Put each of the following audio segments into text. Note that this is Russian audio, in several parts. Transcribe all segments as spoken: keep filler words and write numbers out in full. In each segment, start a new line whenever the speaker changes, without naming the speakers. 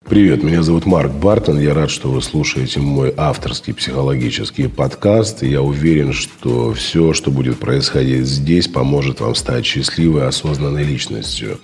Привет, меня зовут Марк Бартон. Я рад, что вы слушаете мой авторский психологический подкаст. И я уверен, что все, что будет происходить здесь, поможет вам стать счастливой, осознанной личностью.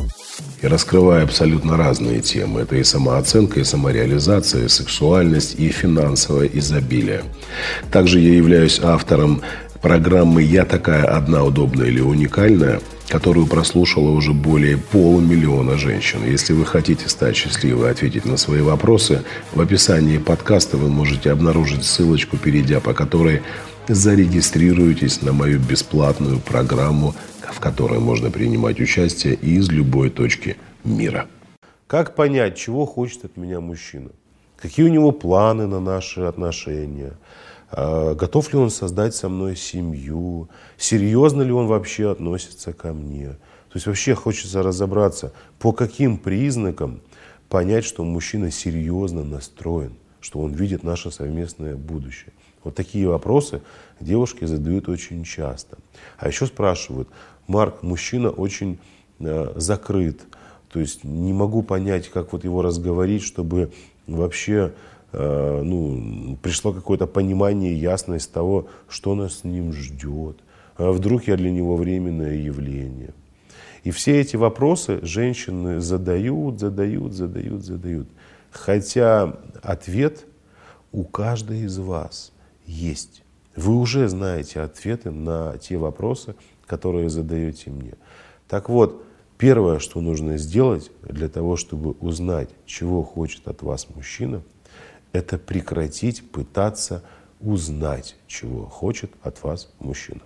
Я раскрываю абсолютно разные темы. Это и самооценка, и самореализация, и сексуальность, и финансовое изобилие. Также я являюсь автором программы «Я такая одна, удобная или уникальная», которую прослушало уже более полумиллиона женщин. Если вы хотите стать счастливой и ответить на свои вопросы, в описании подкаста вы можете обнаружить ссылочку, перейдя по которой зарегистрируетесь на мою бесплатную программу, в которой можно принимать участие из любой точки мира.
Как понять, чего хочет от меня мужчина? Какие у него планы на наши отношения? Готов ли он создать со мной семью? Серьезно ли он вообще относится ко мне? То есть вообще хочется разобраться, по каким признакам понять, что мужчина серьезно настроен, что он видит наше совместное будущее. Вот такие вопросы девушки задают очень часто. А еще спрашивают: Марк, мужчина очень э, закрыт, то есть не могу понять, как вот его разговорить, чтобы вообще э, ну, пришло какое-то понимание, ясность того, что нас с ним ждет. А вдруг я для него временное явление. И все эти вопросы женщины задают, задают, задают, задают. Хотя ответ у каждой из вас есть. Вы уже знаете ответы на те вопросы, которые задаете мне. Так вот, первое, что нужно сделать для того, чтобы узнать, чего хочет от вас мужчина, это прекратить пытаться узнать, чего хочет от вас мужчина.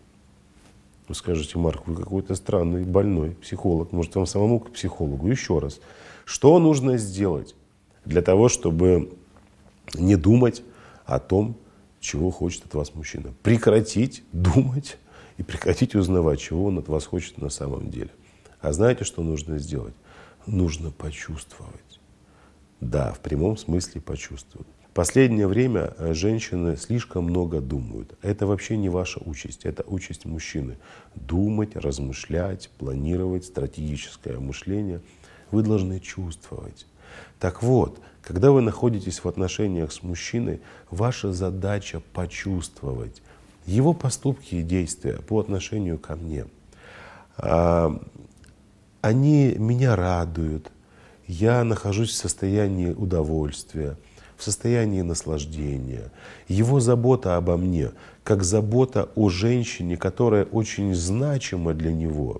Вы скажете: Марк, вы какой-то странный, больной психолог. Может, вам самому к психологу? Еще раз. Что нужно сделать для того, чтобы не думать о том, чего хочет от вас мужчина? Прекратить думать и прекратить узнавать, чего он от вас хочет на самом деле. А знаете, что нужно сделать? Нужно почувствовать. Да, в прямом смысле почувствовать. В последнее время женщины слишком много думают. Это вообще не ваша участь, это участь мужчины. Думать, размышлять, планировать, стратегическое мышление. Вы должны чувствовать. Так вот, когда вы находитесь в отношениях с мужчиной, ваша задача почувствовать его поступки и действия по отношению ко мне. Они меня радуют, я нахожусь в состоянии удовольствия, в состоянии наслаждения. Его забота обо мне, как забота о женщине, которая очень значима для него.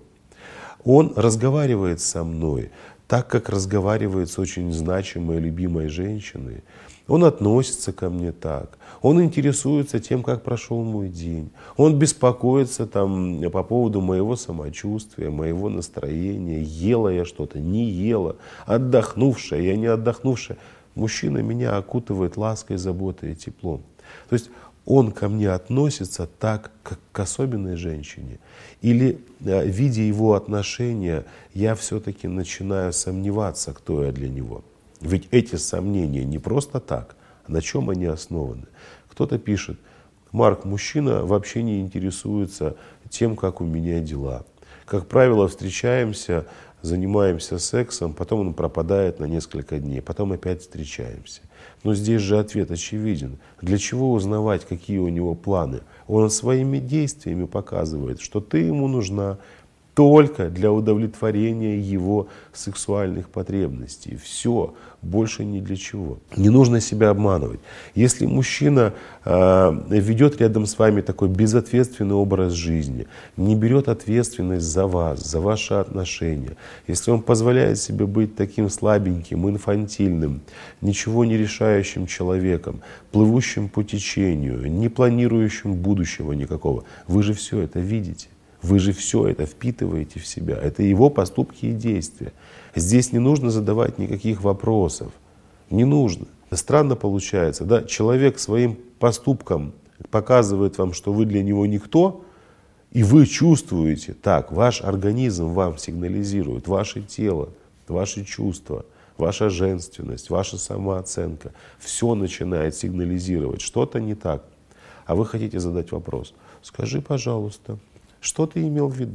Он разговаривает со мной так, как разговаривает с очень значимой, любимой женщиной. Он относится ко мне так. Он интересуется тем, как прошел мой день. Он беспокоится там по поводу моего самочувствия, моего настроения. Ела я что-то, не ела, отдохнувшая, я не отдохнувшая. Мужчина меня окутывает лаской, заботой и теплом. То есть он ко мне относится так, как к особенной женщине. Или, видя его отношения, я все-таки начинаю сомневаться, кто я для него. Ведь эти сомнения не просто так. На чем они основаны? Кто-то пишет: Марк, мужчина вообще не интересуется тем, как у меня дела. Как правило, встречаемся, занимаемся сексом, потом он пропадает на несколько дней, потом опять встречаемся. Но здесь же ответ очевиден. Для чего узнавать, какие у него планы? Он своими действиями показывает, что ты ему нужна только для удовлетворения его сексуальных потребностей. Все, больше ни для чего. Не нужно себя обманывать. Если мужчина э, ведет рядом с вами такой безответственный образ жизни, не берет ответственность за вас, за ваши отношения, если он позволяет себе быть таким слабеньким, инфантильным, ничего не решающим человеком, плывущим по течению, не планирующим будущего никакого, вы же все это видите. Вы же все это впитываете в себя. Это его поступки и действия. Здесь не нужно задавать никаких вопросов. Не нужно. Странно получается, да? Человек своим поступком показывает вам, что вы для него никто, и вы чувствуете, так, ваш организм вам сигнализирует, ваше тело, ваши чувства, ваша женственность, ваша самооценка. Все начинает сигнализировать, что-то не так. А вы хотите задать вопрос. Скажи, пожалуйста, что ты имел в виду?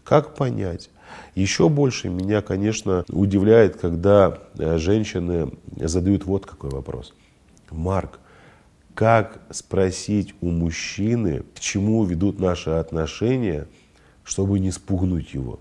Как понять? Еще больше меня, конечно, удивляет, когда женщины задают вот какой вопрос. Марк, как спросить у мужчины, к чему ведут наши отношения, чтобы не спугнуть его?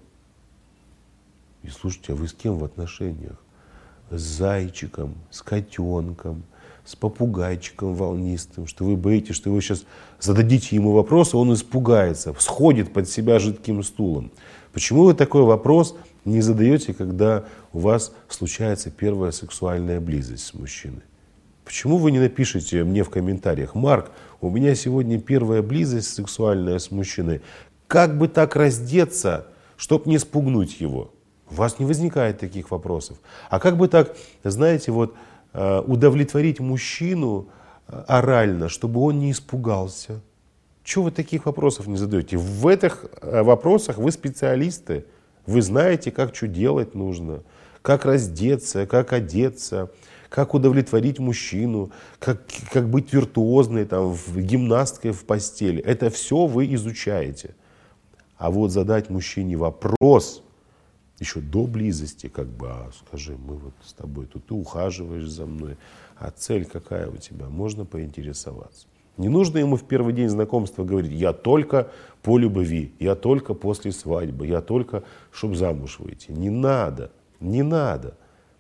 И слушайте, а вы с кем в отношениях? С зайчиком, с котенком, с попугайчиком волнистым, что вы боитесь, что вы сейчас зададите ему вопрос, и он испугается, сходит под себя жидким стулом. Почему вы такой вопрос не задаете, когда у вас случается первая сексуальная близость с мужчиной? Почему вы не напишите мне в комментариях: Марк, у меня сегодня первая близость сексуальная с мужчиной, как бы так раздеться, чтобы не спугнуть его? У вас не возникает таких вопросов. А как бы так, знаете, вот удовлетворить мужчину орально, чтобы он не испугался? Чего вы таких вопросов не задаете? В этих вопросах вы специалисты. Вы знаете, как что делать нужно, как раздеться, как одеться, как удовлетворить мужчину, как, как быть виртуозной, там, в гимнасткой в постели. Это все вы изучаете. А вот задать мужчине вопрос еще до близости, как бы, а скажи, мы вот с тобой, тут ты ухаживаешь за мной, а цель какая у тебя? Можно поинтересоваться. Не нужно ему в первый день знакомства говорить: я только по любви, я только после свадьбы, я только, чтобы замуж выйти. Не надо, не надо.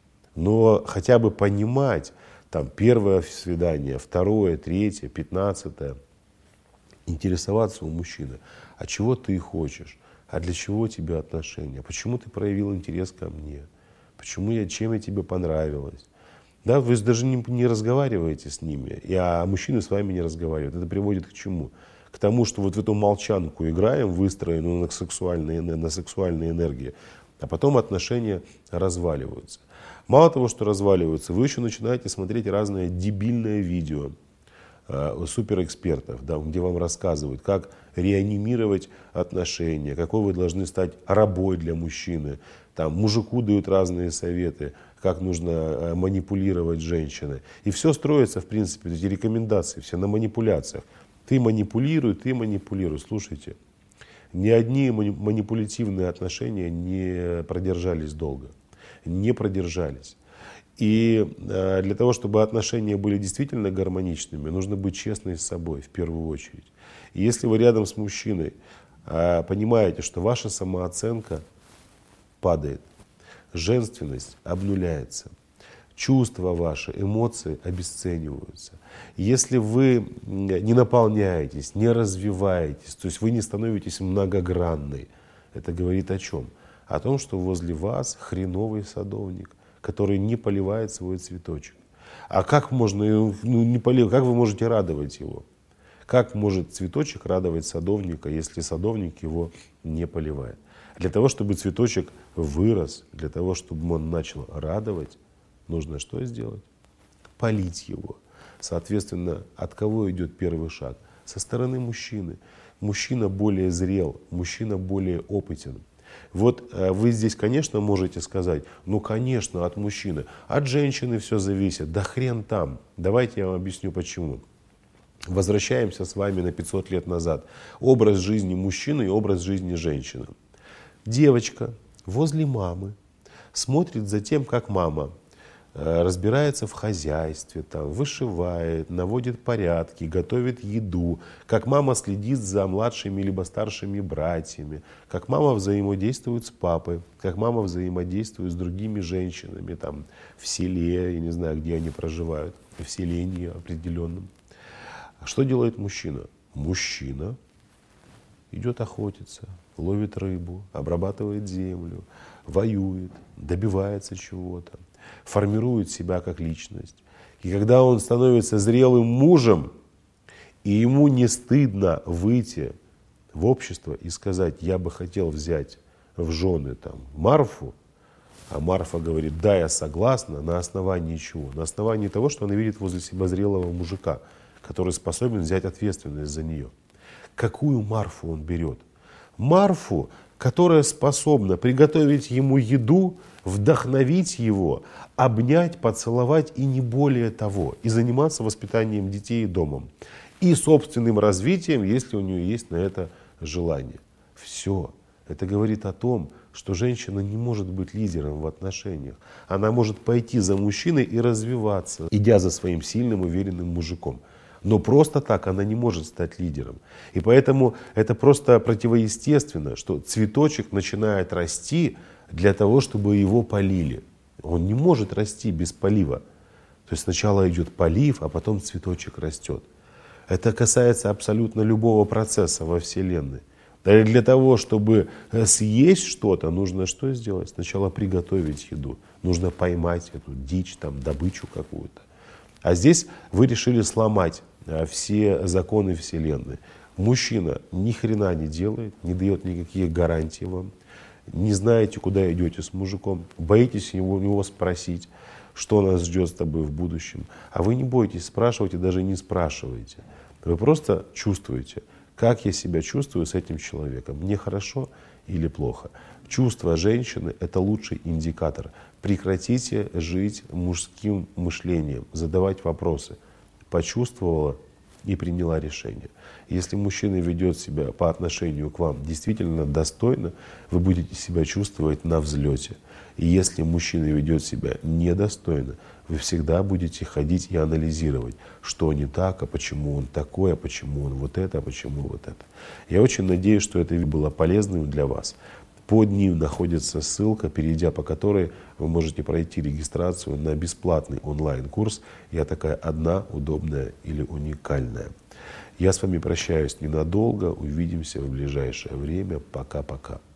Но хотя бы понимать, там, первое свидание, второе, третье, пятнадцатое, интересоваться у мужчины, а чего ты хочешь, а для чего тебе отношения, почему ты проявил интерес ко мне, почему я, чем я тебе понравилась. Да, вы даже не, не разговариваете с ними, и, а мужчины с вами не разговаривают. Это приводит к чему? К тому, что вот в эту молчанку играем, выстроенную на сексуальной, на сексуальной энергии, а потом отношения разваливаются. Мало того, что разваливаются, вы еще начинаете смотреть разные дебильные видео э, суперэкспертов, да, где вам рассказывают, как реанимировать отношения, какой вы должны стать рабой для мужчины. Там мужику дают разные советы, как нужно манипулировать женщиной. И все строится, в принципе, эти рекомендации все на манипуляциях. Ты манипулируй, ты манипулируй. Слушайте, ни одни манипулятивные отношения не продержались долго. Не продержались. И для того, чтобы отношения были действительно гармоничными, нужно быть честным с собой в первую очередь. И если вы рядом с мужчиной понимаете, что ваша самооценка падает, женственность обнуляется, чувства ваши, эмоции обесцениваются. Если вы не наполняетесь, не развиваетесь, то есть вы не становитесь многогранной, это говорит о чем? О том, что возле вас хреновый садовник, который не поливает свой цветочек. А как можно, ну, не полив, как вы можете радовать его? Как может цветочек радовать садовника, если садовник его не поливает? Для того, чтобы цветочек вырос, для того, чтобы он начал радовать, нужно что сделать? Полить его. Соответственно, от кого идет первый шаг? Со стороны мужчины. Мужчина более зрел, мужчина более опытен. Вот вы здесь, конечно, можете сказать: ну, конечно, от мужчины. От женщины все зависит. Да хрен там. Давайте я вам объясню, почему. Возвращаемся с вами на пятьсот лет назад. Образ жизни мужчины и образ жизни женщины. Девочка возле мамы смотрит за тем, как мама разбирается в хозяйстве, там, вышивает, наводит порядки, готовит еду, как мама следит за младшими либо старшими братьями, как мама взаимодействует с папой, как мама взаимодействует с другими женщинами там, в селе, я не знаю, где они проживают, в селении определенном. Что делает мужчина? Мужчина идет охотиться, ловит рыбу, обрабатывает землю, воюет, добивается чего-то, формирует себя как личность. И когда он становится зрелым мужем, и ему не стыдно выйти в общество и сказать: я бы хотел взять в жены там, Марфу, а Марфа говорит: да, я согласна, на основании чего? На основании того, что она видит возле себя зрелого мужика, который способен взять ответственность за нее. Какую Марфу он берет? Марфу, которая способна приготовить ему еду, вдохновить его, обнять, поцеловать и не более того. И заниматься воспитанием детей и домом. И собственным развитием, если у нее есть на это желание. Все. Это говорит о том, что женщина не может быть лидером в отношениях. Она может пойти за мужчиной и развиваться, идя за своим сильным, уверенным мужиком. Но просто так она не может стать лидером. И поэтому это просто противоестественно, что цветочек начинает расти для того, чтобы его полили. Он не может расти без полива. То есть сначала идет полив, а потом цветочек растет. Это касается абсолютно любого процесса во Вселенной. Для того, чтобы съесть что-то, нужно что сделать? Сначала приготовить еду. Нужно поймать эту дичь, там, добычу какую-то. А здесь вы решили сломать все законы Вселенной. Мужчина ни хрена не делает, не дает никаких гарантий вам. Не знаете, куда идете с мужиком. Боитесь его, у него спросить, что нас ждет с тобой в будущем. А вы не боитесь спрашивать и даже не спрашиваете. Вы просто чувствуете, как я себя чувствую с этим человеком. Мне хорошо или плохо. Чувство женщины – это лучший индикатор. Прекратите жить мужским мышлением, задавать вопросы. Почувствовала и приняла решение. Если мужчина ведет себя по отношению к вам действительно достойно, вы будете себя чувствовать на взлете. И если мужчина ведет себя недостойно, вы всегда будете ходить и анализировать, что не так, а почему он такой, а почему он вот это, а почему вот это. Я очень надеюсь, что это было полезным для вас. Под ним находится ссылка, перейдя по которой вы можете пройти регистрацию на бесплатный онлайн-курс «Я такая одна, удобная или уникальная». Я с вами прощаюсь ненадолго. Увидимся в ближайшее время. Пока-пока.